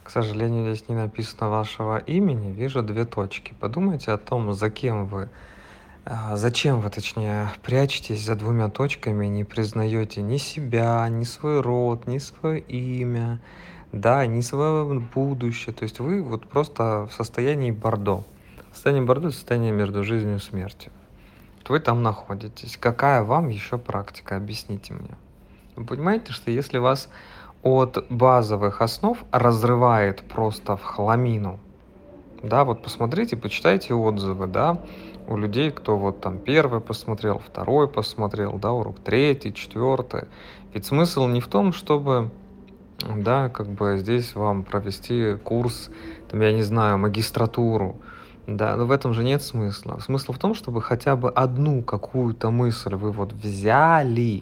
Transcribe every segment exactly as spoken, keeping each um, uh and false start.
К сожалению, здесь не написано вашего имени. Вижу две точки. Подумайте о том, за кем вы, а, зачем вы, точнее, прячетесь за двумя точками, не признаете ни себя, ни свой род, ни свое имя, да, ни свое будущее. То есть вы вот просто в состоянии бордо. Состояние бордо — это состояние между жизнью и смертью. Вот вы там находитесь. Какая вам еще практика? Объясните мне. Вы понимаете, что если вас от базовых основ разрывает просто в хламину, да, вот посмотрите, почитайте отзывы, да, у людей, кто вот там первый посмотрел, второй посмотрел, да, урок третий, четвертый. Ведь смысл не в том, чтобы, да, как бы здесь вам провести курс, там, я не знаю, магистратуру, да, но в этом же нет смысла. Смысл в том, чтобы хотя бы одну какую-то мысль вы вот взяли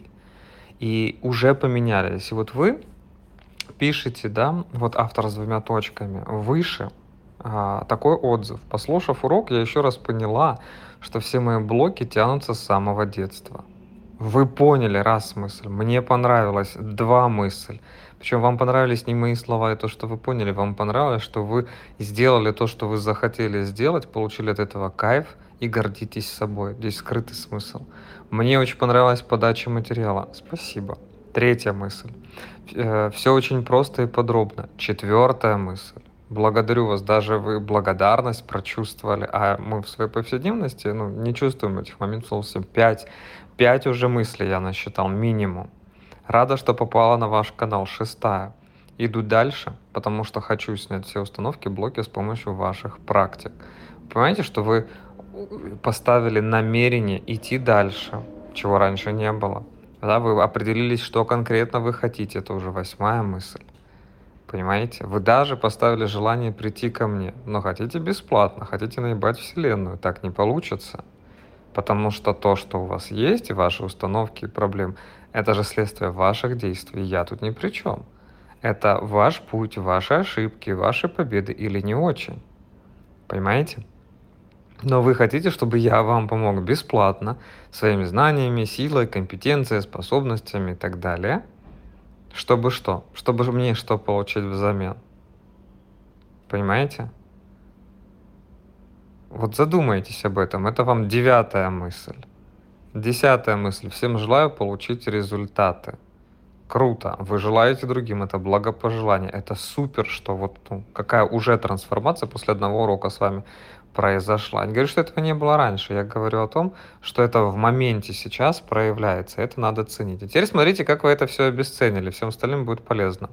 и уже поменялись. И вот вы пишите, да, вот автор с двумя точками, выше, а, такой отзыв. Послушав урок, я еще раз поняла, что все мои блоки тянутся с самого детства. Вы поняли, раз мысль, мне понравилось, два мысль. Причем вам понравились не мои слова и то, что вы поняли, вам понравилось, что вы сделали то, что вы захотели сделать, получили от этого кайф и гордитесь собой. Здесь скрытый смысл. Мне очень понравилась подача материала. Спасибо. Третья мысль. Все очень просто и подробно. Четвертая мысль. Благодарю вас, даже вы благодарность прочувствовали, а мы в своей повседневности, ну, не чувствуем этих моментов совсем. Пять, пять уже мыслей я насчитал, минимум. Рада, что попала на ваш канал. Шестая. Иду дальше, потому что хочу снять все установки, блоки с помощью ваших практик. Понимаете, что вы поставили намерение идти дальше, чего раньше не было. Да, вы определились, что конкретно вы хотите, это уже восьмая мысль. Понимаете? Вы даже поставили желание прийти ко мне, но хотите бесплатно, хотите наебать вселенную, так не получится. Потому что то, что у вас есть, и ваши установки и проблемы, это же следствие ваших действий, я тут ни при чем. Это ваш путь, ваши ошибки, ваши победы или не очень. Понимаете? Но вы хотите, чтобы я вам помог бесплатно, своими знаниями, силой, компетенцией, способностями и так далее. Чтобы что? Чтобы же мне что получить взамен? Понимаете? Вот задумайтесь об этом. Это вам девятая мысль. Десятая мысль. Всем желаю получить результаты. Круто. Вы желаете другим. Это благопожелание. Это супер, что вот ну, какая уже трансформация после одного урока с вами произошла. Я не говорю, что этого не было раньше. Я говорю о том, что это в моменте сейчас проявляется. Это надо ценить. А теперь смотрите, как вы это все обесценили. Всем остальным будет полезно.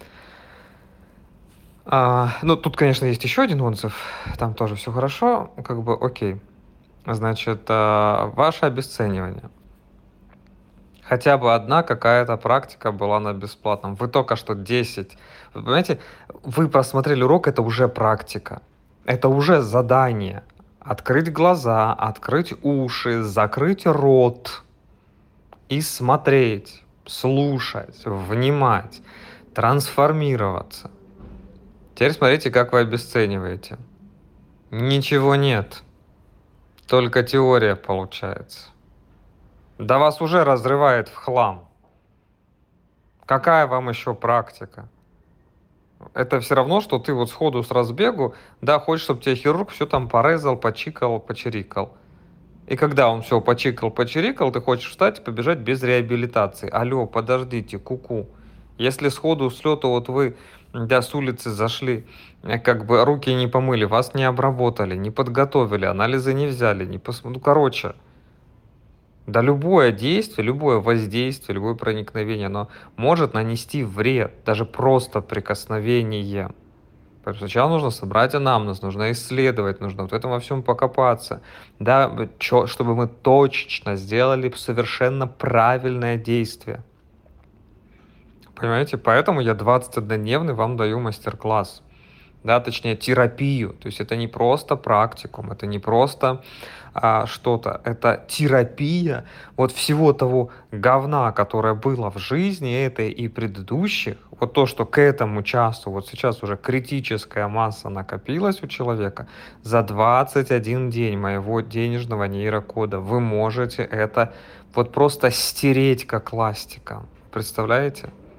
А, ну, тут, конечно, есть еще один отзыв. Там тоже все хорошо. Как бы окей. Значит, а, ваше обесценивание. Хотя бы одна какая-то практика была на бесплатном. Вы только что десять. Вы понимаете, вы просмотрели урок, это уже практика. Это уже задание. Открыть глаза, открыть уши, закрыть рот и смотреть, слушать, внимать, трансформироваться. Теперь смотрите, как вы обесцениваете. Ничего нет. Только теория получается. Да вас уже разрывает в хлам. Какая вам еще практика? Это все равно, что ты вот сходу с разбегу, да, хочешь, чтобы тебе хирург все там порезал, почикал, почирикал. И когда он все почикал, почирикал, ты хочешь встать и побежать без реабилитации. Алло, подождите, куку. Если сходу с лету вот вы, да, с улицы зашли, э, как бы руки не помыли, вас не обработали, не подготовили, анализы не взяли, не пос... ну, короче, да любое действие, любое воздействие, любое проникновение, оно может нанести вред, даже просто прикосновение. Поэтому сначала нужно собрать анамнез, нужно исследовать, нужно вот в этом во всем покопаться, да, чё, чтобы мы точечно сделали совершенно правильное действие. Понимаете? Поэтому я двадцатидневный вам даю мастер-класс. Да, точнее терапию. То есть это не просто практикум, это не просто а, что-то, это терапия вот всего того говна, которое было в жизни этой и предыдущих. Вот то, что к этому часу, вот сейчас уже критическая масса накопилась у человека, за двадцать один день моего денежного нейрокода вы можете это вот просто стереть как ластиком. Представляете?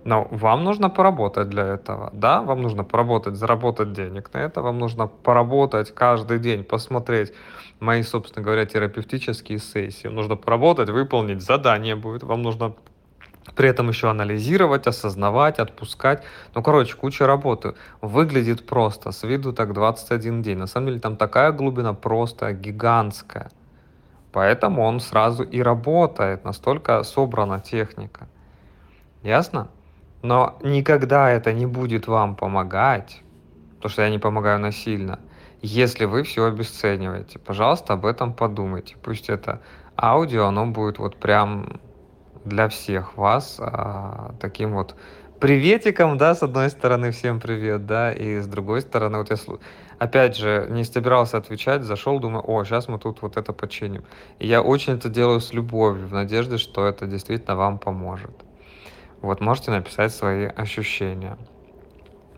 Но вам нужно поработать для этого. Да, вам нужно поработать, заработать денег на это, вам нужно поработать каждый день, посмотреть мои, собственно говоря, терапевтические сессии. Нужно поработать, выполнить задание будет, вам нужно при этом еще анализировать, осознавать, отпускать. Ну, короче, куча работы. Выглядит просто, с виду так двадцать один день. На самом деле там такая глубина просто гигантская. Поэтому он сразу и работает, настолько собрана техника. Ясно? Но никогда это не будет вам помогать, потому что я не помогаю насильно, если вы все обесцениваете. Пожалуйста, об этом подумайте. Пусть это аудио, оно будет вот прям для всех вас а, таким вот приветиком, да, с одной стороны, всем привет, да, и с другой стороны, вот я слу- опять же не собирался отвечать, зашел, думаю, о, сейчас мы тут вот это починим. И я очень это делаю с любовью, в надежде, что это действительно вам поможет. Вот можете написать свои ощущения.